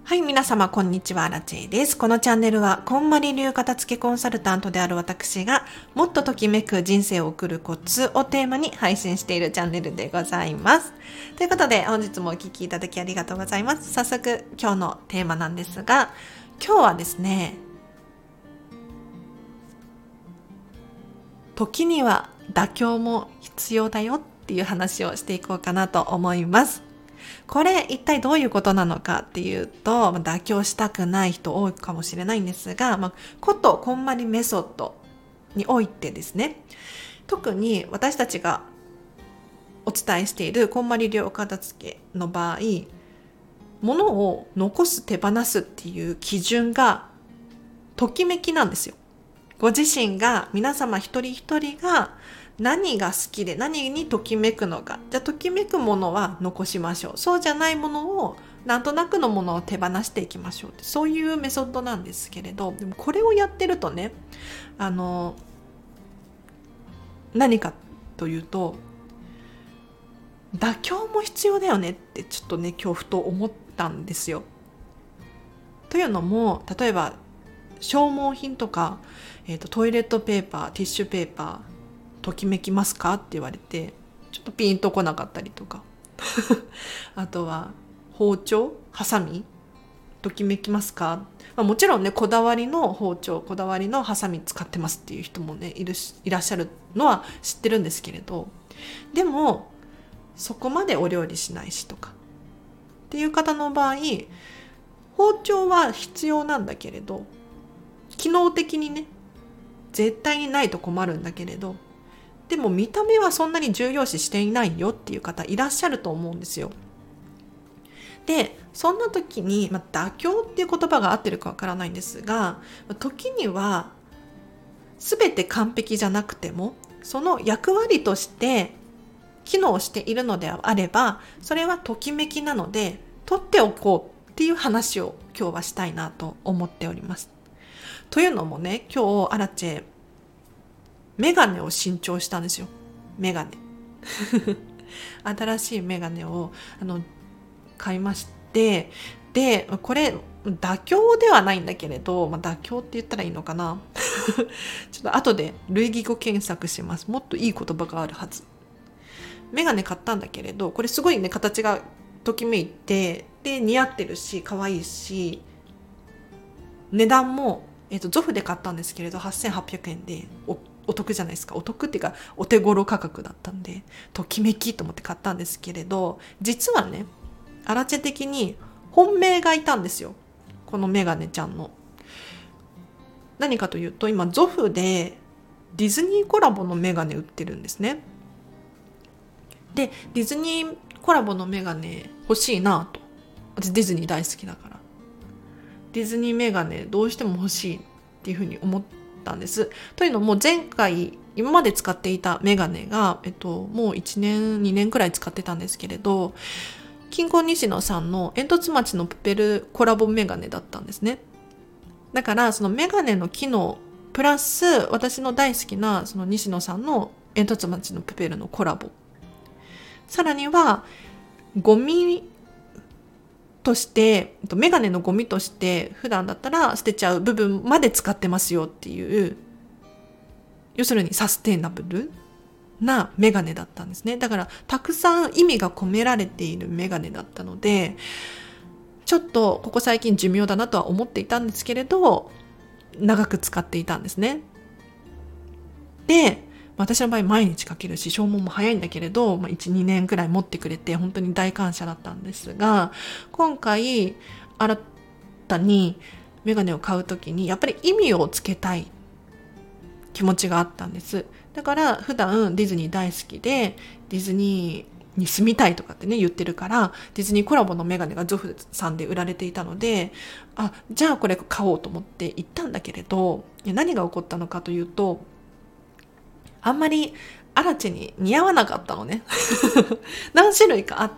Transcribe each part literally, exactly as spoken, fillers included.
はい、皆様こんにちは、ラチェです。このチャンネルはこんまり流片付けコンサルタントである私がもっとときめく人生を送るコツをテーマに配信しているチャンネルでございます。ということで本日もお聞きいただきありがとうございます。早速今日のテーマなんですが、今日はですね、時には妥協も必要だよっていう話をしていこうかなと思います。これ一体どういうことなのかっていうと、妥協したくない人多いかもしれないんですが、まあ、ことこんまりメソッドにおいてですね、特に私たちがお伝えしているこんまり流お片付けの場合、物を残す手放すっていう基準がときめきなんですよ。ご自身が、皆様一人一人が何が好きで何にときめくのか、じゃあときめくものは残しましょう、そうじゃないものをなんとなくのものを手放していきましょう、そういうメソッドなんですけれど、でもこれをやってるとね、あの何かというと、妥協も必要だよねってちょっとね、今日ふと思ったんですよ。というのも、例えば消耗品とか、えーと、トイレットペーパー、ティッシュペーパーときめきますかって言われて、ちょっとピンとこなかったりとかあとは包丁、ハサミときめきますか、まあ、もちろんね、こだわりの包丁、こだわりのハサミ使ってますっていう人もね、いるし、いらっしゃるのは知ってるんですけれど、でもそこまでお料理しないしとかっていう方の場合、包丁は必要なんだけれど、機能的にね、絶対にないと困るんだけれど、でも見た目はそんなに重要視していないよっていう方いらっしゃると思うんですよ。で、そんな時に、まあ、妥協っていう言葉が合ってるかわからないんですが、時には全て完璧じゃなくても、その役割として機能しているのであれば、それはときめきなので取っておこうっていう話を今日はしたいなと思っております。というのもね、今日アラチェメガネを新調したんですよ。メガネ新しいメガネをあの買いまして、でこれ妥協ではないんだけれど、まあ、妥協って言ったらいいのかなちょっと後で類義語検索します。もっといい言葉があるはず。メガネ買ったんだけれど、これすごいね、形がときめいて、で似合ってるし可愛いし、値段も、えーと、ゾフで買ったんですけれどはっせんはっぴゃくえんで お, お得じゃないですか。お得っていうかお手頃価格だったんで、ときめきと思って買ったんですけれど、実はね、アラチェ的に本命がいたんですよ、このメガネちゃんの。何かというと、今ゾフでディズニーコラボのメガネ売ってるんですね。で、ディズニーコラボのメガネ欲しいなと、私ディズニー大好きだから、ディズニーメガネどうしても欲しいっていうふうに思ったんです。というのも、前回今まで使っていたメガネが、えっと、もういちねんにねんくらい使ってたんですけれど、金婚西野さんの煙突町のプペルコラボメガネだったんですね。だからそのメガネの機能プラス、私の大好きなその西野さんの煙突町のプペルのコラボ、さらにはゴミとして、メガネのゴミとして普段だったら捨てちゃう部分まで使ってますよっていう、要するにサステイナブルなメガネだったんですね。だからたくさん意味が込められているメガネだったので、ちょっとここ最近寿命だなとは思っていたんですけれど、長く使っていたんですね。で、私の場合毎日かけるし、消耗も早いんだけれど、まあ、いち、にねんくらい持ってくれて本当に大感謝だったんですが、今回新たにメガネを買うときにやっぱり意味をつけたい気持ちがあったんです。だから普段ディズニー大好きで、ディズニーに住みたいとかってね言ってるから、ディズニーコラボのメガネがゾフさんで売られていたので、あ、じゃあこれ買おうと思って行ったんだけれど、何が起こったのかというと、あんまりアラチェに似合わなかったのね何種類かあって、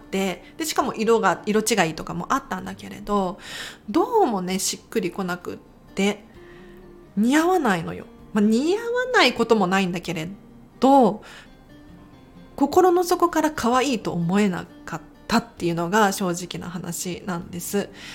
でしかも色が色違いとかもあったんだけれど、どうもねしっくりこなくって似合わないのよ。まあ、似合わないこともないんだけれど、心の底から可愛いと思えなかったっていうのが正直な話なんです。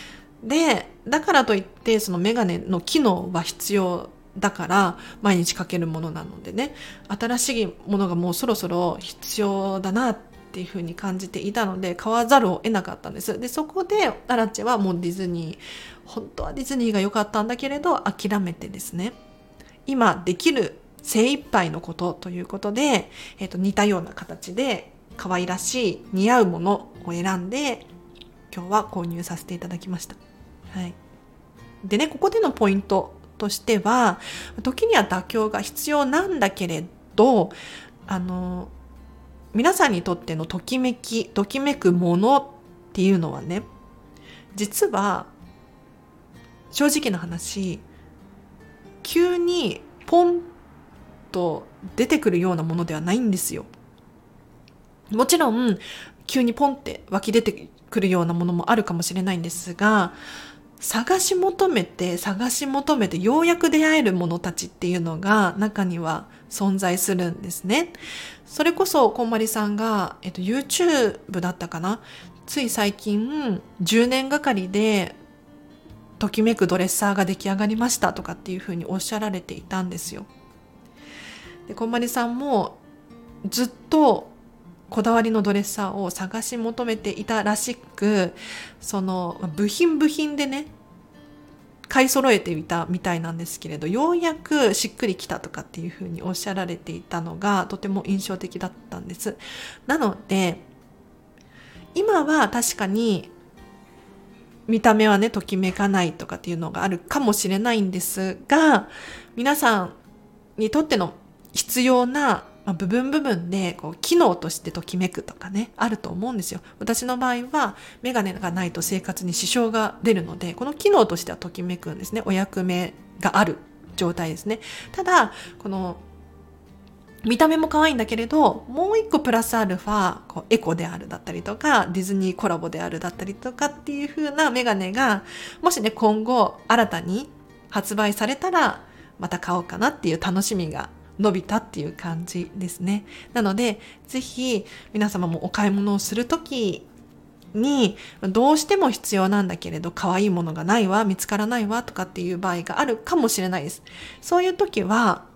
でだからといってそのメガネの機能は必要だから毎日かけるものなのでね、新しいものがもうそろそろ必要だなっていうふうに感じていたので買わざるを得なかったんです。でそこでアラチェはもうディズニー、本当はディズニーが良かったんだけれど諦めてですね、今できる精一杯のことということで、えーと、似たような形で可愛らしい似合うものを選んで今日は購入させていただきました。はい。でね、ここでのポイントとしては、時には妥協が必要なんだけれど、あの皆さんにとってのときめき、ときめくものっていうのはね、実は正直な話、急にポンと出てくるようなものではないんですよ。もちろん急にポンって湧き出てくるようなものもあるかもしれないんですが、探し求めて探し求めてようやく出会えるものたちっていうのが中には存在するんですね。それこそこんまりさんが、えっと、YouTube だったかな、つい最近じゅうねんがかりでときめくドレッサーが出来上がりましたとかっていうふうにおっしゃられていたんですよ。でこんまりさんもずっとこだわりのドレッサーを探し求めていたらしく、その部品部品でね買い揃えていたみたいなんですけれど、ようやくしっくりきたとかっていうふうにおっしゃられていたのがとても印象的だったんです。なので今は確かに見た目はねときめかないとかっていうのがあるかもしれないんですが、皆さんにとっての必要な部分部分でこう機能としてときめくとかね、あると思うんですよ。私の場合はメガネがないと生活に支障が出るので、この機能としてはときめくんですね。お役目がある状態ですね。ただこの見た目も可愛いんだけれど、もう一個プラスアルファこうエコであるだったりとか、ディズニーコラボであるだったりとかっていう風なメガネがもしね今後新たに発売されたらまた買おうかなっていう楽しみが伸びたっていう感じですね。なのでぜひ皆様もお買い物をするときにどうしても必要なんだけれど可愛いものがないわ、見つからないわとかっていう場合があるかもしれないです。そういう時は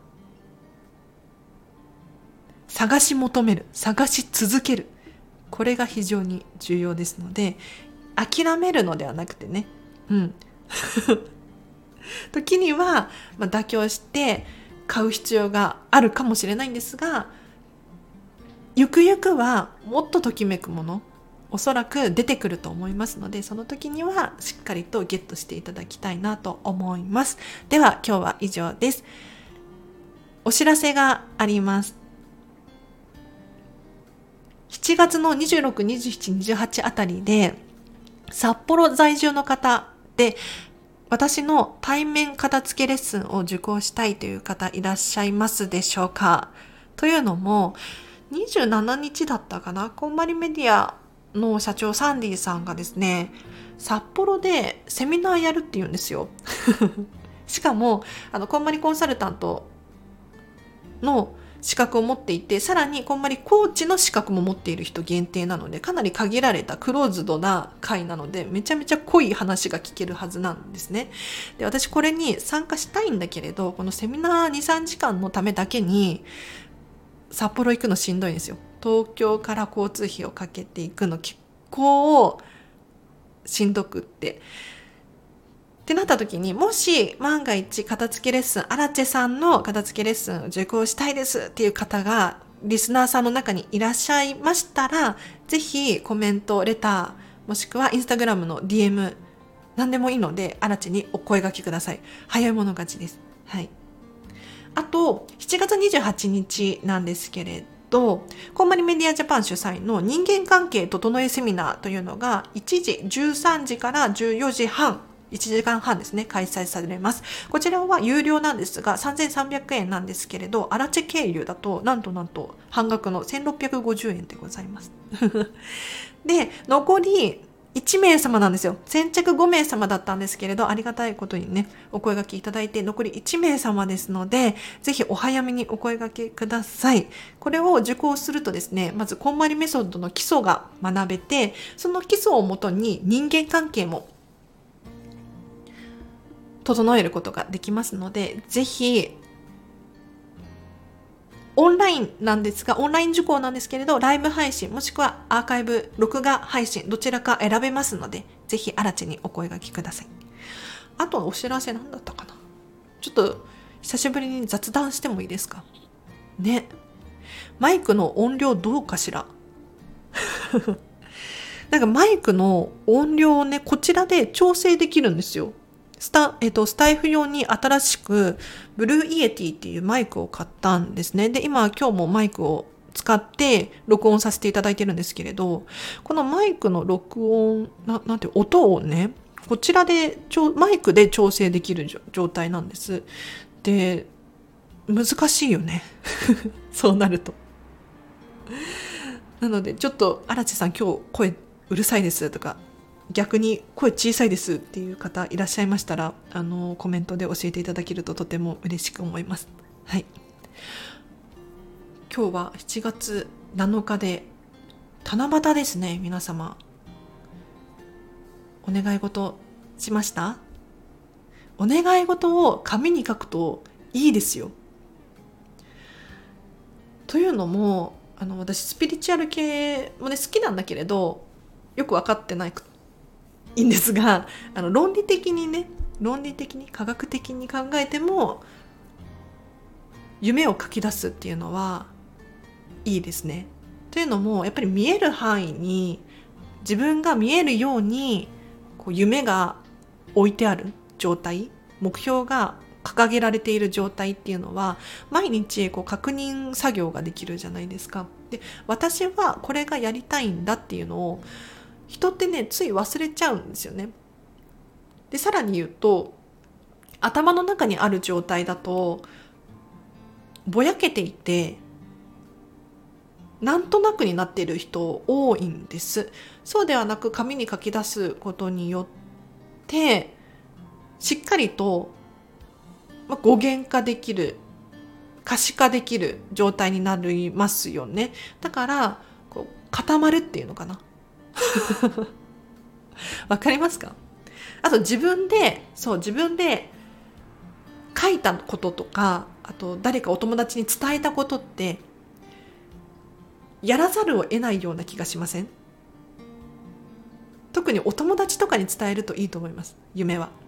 探し求める、探し続ける、これが非常に重要ですので、諦めるのではなくてね、うん時には、まあ、妥協して買う必要があるかもしれないんですが、ゆくゆくはもっとときめくものおそらく出てくると思いますので、その時にはしっかりとゲットしていただきたいなと思います。では今日は以上です。お知らせがあります。しちがつのにじゅうろく、にじゅうしち、にじゅうはちあたりで札幌在住の方で私の対面片付けレッスンを受講したいという方いらっしゃいますでしょうか。というのもにじゅうしちにちだったかな、こんまりメディアの社長サンディさんがですね、札幌でセミナーやるっていうんですよしかもあのこんまりコンサルタントの資格を持っていて、さらにこんまりコーチの資格も持っている人限定なので、かなり限られたクローズドな会なので、めちゃめちゃ濃い話が聞けるはずなんですね。で、私これに参加したいんだけれど、このセミナーに、さんじかんのためだけに札幌行くのしんどいんですよ。東京から交通費をかけていくの結構しんどくってってなった時に、もし万が一片付けレッスン、アラチェさんの片付けレッスンを受講したいですっていう方がリスナーさんの中にいらっしゃいましたら、ぜひコメント、レター、もしくはインスタグラムの ディーエム、何でもいいのでアラチェにお声掛けください。早い者勝ちです。はい。あとしちがつにじゅうはちにちなんですけれど、こんまりメディアジャパン主催の人間関係整えセミナーというのがいちじ、じゅうさんじからじゅうよじはん、いちじかんはんですね、開催されます。こちらは有料なんですがさんぜんさんびゃくえんなんですけれど、アラチェ経由だとなんとなんと半額のせんろっぴゃくごじゅうえんでございますで、残りいちめいさまなんですよ。先着ごめいさまだったんですけれど、ありがたいことにねお声掛けいただいて残りいちめいさまですので、ぜひお早めにお声掛けください。これを受講するとですね、まずこんまりメソッドの基礎が学べて、その基礎をもとに人間関係も整えることができますので、ぜひオンラインなんですが、オンライン受講なんですけれど、ライブ配信もしくはアーカイブ、録画配信、どちらか選べますので、ぜひあらちにお声掛けください。あとはお知らせなんだったかな。ちょっと久しぶりに雑談してもいいですかね。マイクの音量どうかしらなんかマイクの音量をね、こちらで調整できるんですよ。スタ、えっと、スタイフ用に新しくブルーイエティっていうマイクを買ったんですね。で、今今日もマイクを使って録音させていただいてるんですけれど、このマイクの録音、な、なんて音をね、こちらで、マイクで調整できる状態なんです。で、難しいよね。そうなると。なので、ちょっと、荒地さん今日声うるさいですとか、逆に声小さいですっていう方いらっしゃいましたら、あのコメントで教えていただけるととても嬉しく思います。はい。今日はしちがつなのかで七夕ですね。皆様お願い事しました？お願い事を紙に書くといいですよ。というのも、あの私スピリチュアル系もね好きなんだけれど、よく分かってないいいんですが、あの論理的にね、論理的に科学的に考えても夢を書き出すっていうのはいいですね。というのもやっぱり見える範囲に自分が見えるようにこう夢が置いてある状態、目標が掲げられている状態っていうのは毎日こう確認作業ができるじゃないですか。で、私はこれがやりたいんだっていうのを人ってねつい忘れちゃうんですよね。で、さらに言うと頭の中にある状態だとぼやけていてなんとなくになっている人多いんです。そうではなく紙に書き出すことによってしっかりと語源化できる、可視化できる状態になりますよね。だからこう固まるっていうのかな。わかりますか？あと自分で、そう自分で書いたこととか、あと誰かお友達に伝えたことってやらざるを得ないような気がしません？特にお友達とかに伝えるといいと思います。夢は。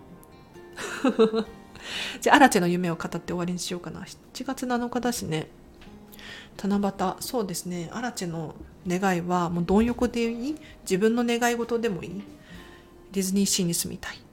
じゃあアラチェの夢を語って終わりにしようかな。しちがつなのかだしね。七夕、そうですね。アラチェの願いはもう貪欲でいい、自分の願い事でもいい。ディズニーシーに住みたい。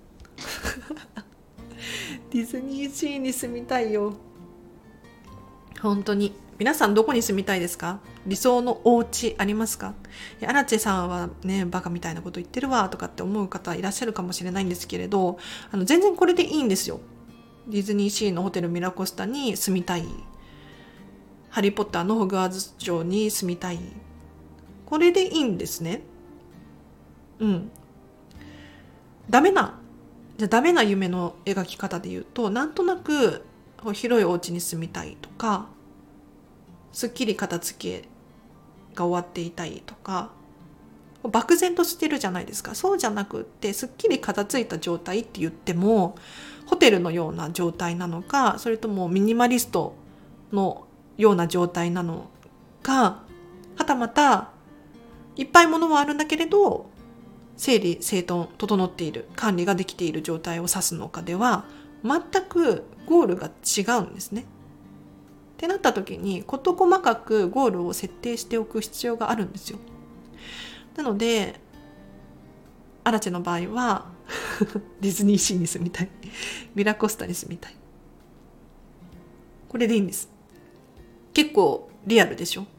ディズニーシーに住みたいよ。本当に。皆さんどこに住みたいですか？理想のお家ありますか？いや、アラチェさんはね、バカみたいなこと言ってるわとかって思う方いらっしゃるかもしれないんですけれど、あの全然これでいいんですよ。ディズニーシーのホテルミラコスタに住みたい。ハリーポッターのホグワーツ城に住みたい。これでいいんですね。うん。ダメな、じゃあダメな夢の描き方で言うと、なんとなく広いお家に住みたいとか、すっきり片付けが終わっていたいとか、漠然としてるじゃないですか。そうじゃなくって、すっきり片付いた状態って言ってもホテルのような状態なのか、それともミニマリストのような状態なのか、はたまたいっぱい物はあるんだけれど整理整頓整っている、管理ができている状態を指すのかでは全くゴールが違うんですね。ってなった時に事細かくゴールを設定しておく必要があるんですよ。なのでアラチェの場合はディズニーシーに住みたい、ミラコスタに住みたい、これでいいんです。結構リアルでしょ。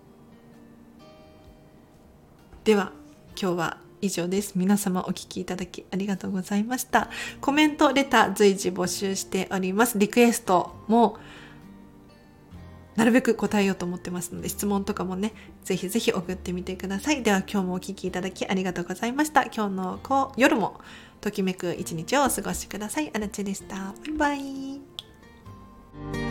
では今日は以上です。皆様お聞きいただきありがとうございました。コメントレター随時募集しております。リクエストもなるべく答えようと思ってますので、質問とかもね、ぜひぜひ送ってみてください。では今日もお聞きいただきありがとうございました。今日のこう夜もときめく一日をお過ごしください。あらちでした。バイバイ。